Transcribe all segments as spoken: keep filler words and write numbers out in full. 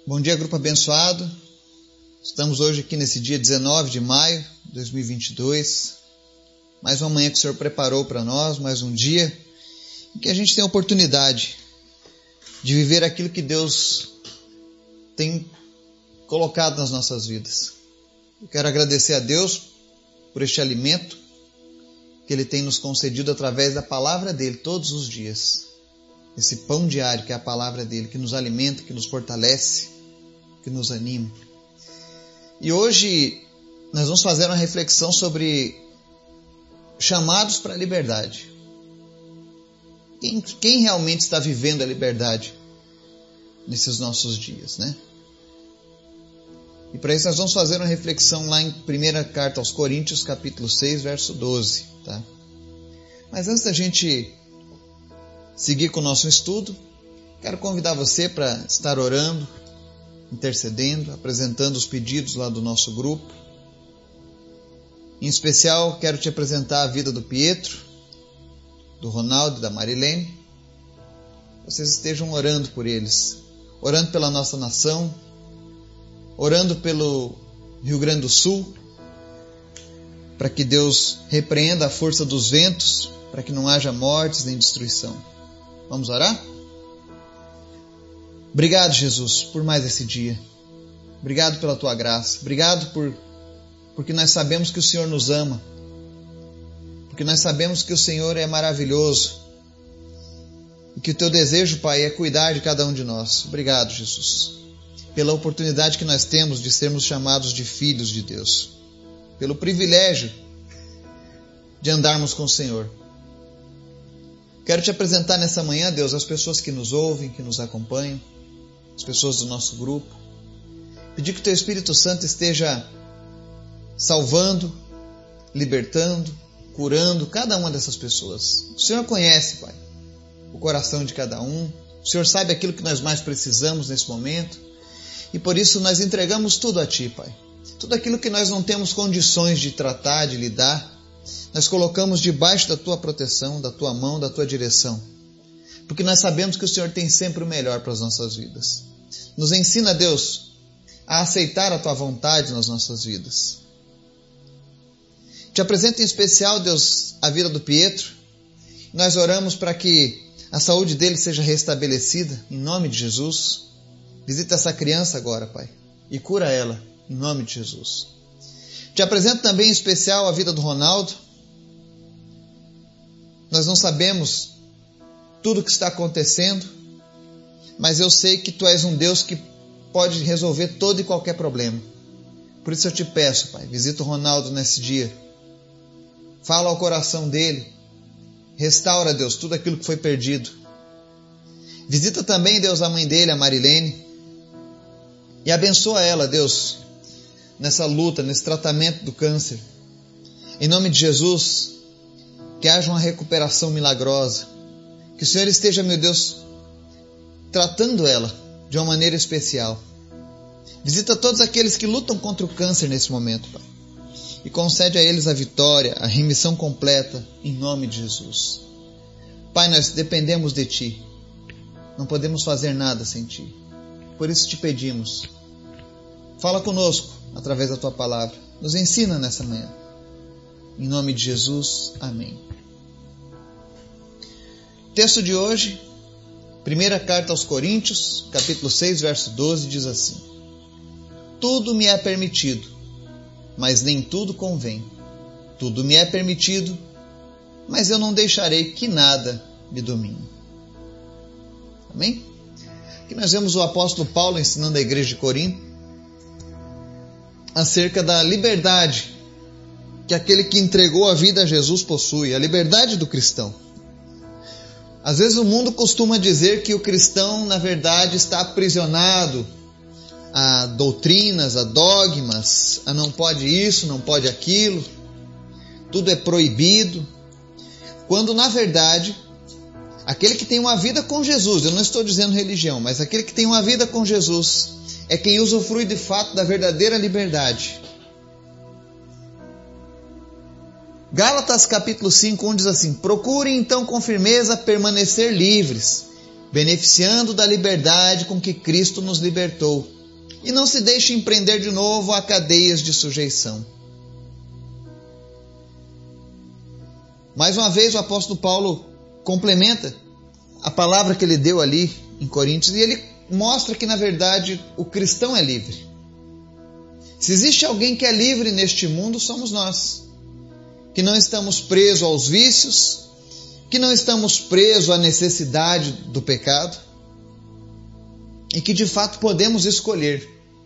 Bom dia, grupo abençoado. Estamos hoje aqui nesse dia dezenove de maio de dois mil e vinte e dois. Mais uma manhã que o Senhor preparou para nós, mais um dia em que a gente tem a oportunidade de viver aquilo que Deus tem colocado nas nossas vidas. Eu quero agradecer a Deus por este alimento que Ele tem nos concedido através da palavra dEle todos os dias. Esse pão diário que é a palavra dEle, que nos alimenta, que nos fortalece, que nos anima. E hoje nós vamos fazer uma reflexão sobre chamados para a liberdade. Quem, quem realmente está vivendo a liberdade nesses nossos dias, né? E para isso nós vamos fazer uma reflexão lá em primeira carta aos Coríntios, capítulo seis, verso doze, tá? Mas antes da gente seguir com o nosso estudo, quero convidar você para estar orando, intercedendo, apresentando os pedidos lá do nosso grupo. Em especial, quero te apresentar a vida do Pietro, do Ronaldo e da Marilene. Vocês estejam orando por eles, orando pela nossa nação, orando pelo Rio Grande do Sul, para que Deus repreenda a força dos ventos, para que não haja mortes nem destruição. Vamos orar? Obrigado, Jesus, por mais esse dia. Obrigado pela Tua graça. Obrigado por, porque nós sabemos que o Senhor nos ama. Porque nós sabemos que o Senhor é maravilhoso. E que o Teu desejo, Pai, é cuidar de cada um de nós. Obrigado, Jesus, pela oportunidade que nós temos de sermos chamados de filhos de Deus. Pelo privilégio de andarmos com o Senhor. Quero te apresentar nessa manhã, Deus, as pessoas que nos ouvem, que nos acompanham, as pessoas do nosso grupo. Pedir que o Teu Espírito Santo esteja salvando, libertando, curando cada uma dessas pessoas. O Senhor conhece, Pai, o coração de cada um. O Senhor sabe aquilo que nós mais precisamos nesse momento. E por isso nós entregamos tudo a Ti, Pai. Tudo aquilo que nós não temos condições de tratar, de lidar, nós colocamos debaixo da Tua proteção, da Tua mão, da Tua direção. Porque nós sabemos que o Senhor tem sempre o melhor para as nossas vidas. Nos ensina, Deus, a aceitar a Tua vontade nas nossas vidas. Te apresento em especial, Deus, a vida do Pietro. Nós oramos para que a saúde dele seja restabelecida, em nome de Jesus. Visita essa criança agora, Pai, e cura ela, em nome de Jesus. Te apresento também em especial a vida do Ronaldo. Nós não sabemos tudo o que está acontecendo, mas eu sei que Tu és um Deus que pode resolver todo e qualquer problema. Por isso eu te peço, Pai, visita o Ronaldo nesse dia. Fala ao coração dele. Restaura, Deus, tudo aquilo que foi perdido. Visita também, Deus, a mãe dele, a Marilene. E abençoa ela, Deus, nessa luta, nesse tratamento do câncer. Em nome de Jesus, que haja uma recuperação milagrosa. Que o Senhor esteja, meu Deus, tratando ela de uma maneira especial. Visita todos aqueles que lutam contra o câncer nesse momento, Pai. E concede a eles a vitória, a remissão completa, em nome de Jesus. Pai, nós dependemos de Ti. Não podemos fazer nada sem Ti. Por isso te pedimos, fala conosco através da Tua palavra. Nos ensina nessa manhã. Em nome de Jesus, amém. Texto de hoje, primeira carta aos Coríntios, capítulo seis, verso doze, diz assim: Tudo me é permitido, mas nem tudo convém. Tudo me é permitido, mas eu não deixarei que nada me domine. Amém? Aqui nós vemos o apóstolo Paulo ensinando a igreja de Corinto acerca da liberdade que aquele que entregou a vida a Jesus possui, a liberdade do cristão. Às vezes o mundo costuma dizer que o cristão, na verdade, está aprisionado a doutrinas, a dogmas, a não pode isso, não pode aquilo, tudo é proibido, quando na verdade aquele que tem uma vida com Jesus, eu não estou dizendo religião, mas aquele que tem uma vida com Jesus é quem usufrui de fato da verdadeira liberdade. Gálatas capítulo cinco, um diz assim: procurem então com firmeza permanecer livres, beneficiando da liberdade com que Cristo nos libertou, e não se deixe empreender de novo a cadeias de sujeição. Mais uma vez o apóstolo Paulo complementa a palavra que ele deu ali em Coríntios, e ele mostra que na verdade o cristão é livre. Se existe alguém que é livre neste mundo, somos nós, que não estamos presos aos vícios, que não estamos presos à necessidade do pecado, e que de fato podemos escolher.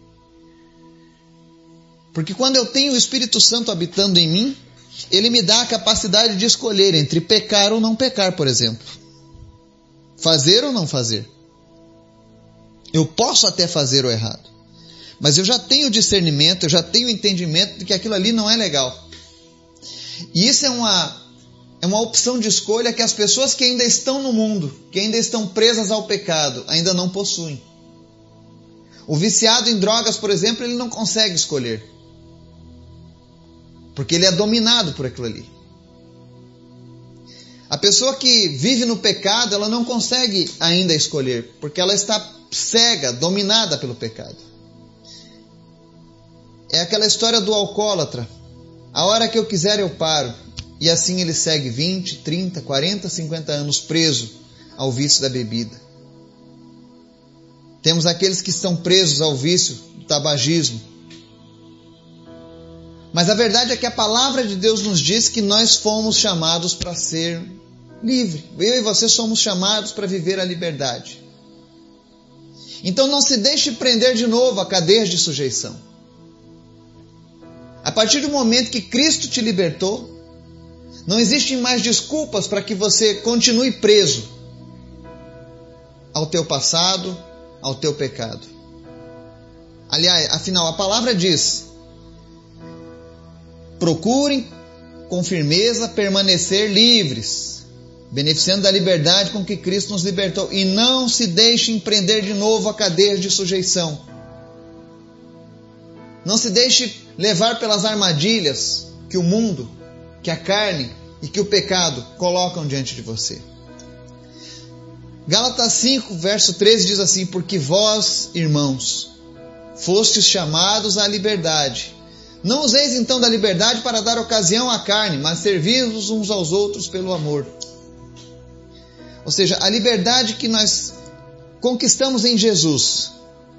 Porque quando eu tenho o Espírito Santo habitando em mim, ele me dá a capacidade de escolher entre pecar ou não pecar, por exemplo. Fazer ou não fazer. Eu posso até fazer o errado, mas eu já tenho discernimento, eu já tenho entendimento de que aquilo ali não é legal. E isso é uma, é uma opção de escolha que as pessoas que ainda estão no mundo, que ainda estão presas ao pecado, ainda não possuem. O viciado em drogas, por exemplo, ele não consegue escolher, porque ele é dominado por aquilo ali. A pessoa que vive no pecado, ela não consegue ainda escolher, porque ela está cega, dominada pelo pecado. É aquela história do alcoólatra. A hora que eu quiser eu paro. E assim ele segue vinte, trinta, quarenta, cinquenta anos preso ao vício da bebida. Temos aqueles que estão presos ao vício do tabagismo. Mas a verdade é que a palavra de Deus nos diz que nós fomos chamados para ser livres. Eu e você somos chamados para viver a liberdade. Então não se deixe prender de novo a cadeias de sujeição. A partir do momento que Cristo te libertou, não existem mais desculpas para que você continue preso ao teu passado, ao teu pecado. Aliás, afinal, a palavra diz: procurem com firmeza permanecer livres, beneficiando da liberdade com que Cristo nos libertou, e não se deixem prender de novo a cadeias de sujeição. Não se deixe levar pelas armadilhas que o mundo, que a carne e que o pecado colocam diante de você. Gálatas cinco, verso treze diz assim: porque vós, irmãos, fostes chamados à liberdade. Não useis então da liberdade para dar ocasião à carne, mas servi-vos uns aos outros pelo amor. Ou seja, a liberdade que nós conquistamos em Jesus,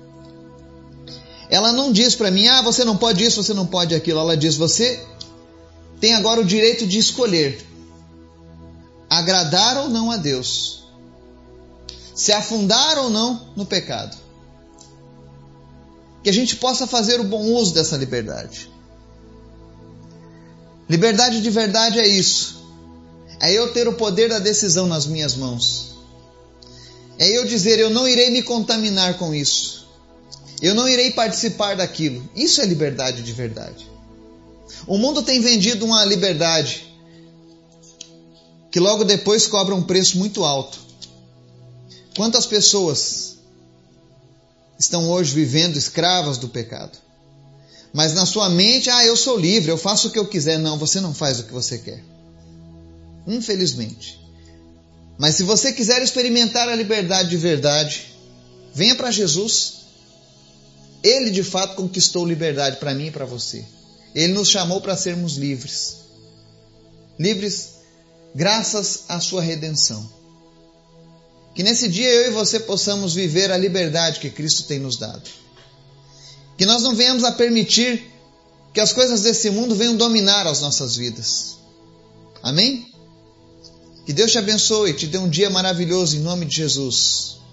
ela não diz para mim: ah, você não pode isso, você não pode aquilo. Ela diz: você tem agora o direito de escolher agradar ou não a Deus, se afundar ou não no pecado. Que a gente possa fazer o bom uso dessa liberdade. Liberdade de verdade é isso. É eu ter o poder da decisão nas minhas mãos. É eu dizer: eu não irei me contaminar com isso. Eu não irei participar daquilo. Isso é liberdade de verdade. O mundo tem vendido uma liberdade que logo depois cobra um preço muito alto. Quantas pessoas estão hoje vivendo escravas do pecado? Mas na sua mente: ah, eu sou livre, eu faço o que eu quiser. Não, você não faz o que você quer. Infelizmente. Mas se você quiser experimentar a liberdade de verdade, venha para Jesus. Ele de fato conquistou liberdade para mim e para você. Ele nos chamou para sermos livres. Livres graças à sua redenção. Que nesse dia eu e você possamos viver a liberdade que Cristo tem nos dado. Que nós não venhamos a permitir que as coisas desse mundo venham dominar as nossas vidas. Amém? Que Deus te abençoe e te dê um dia maravilhoso em nome de Jesus.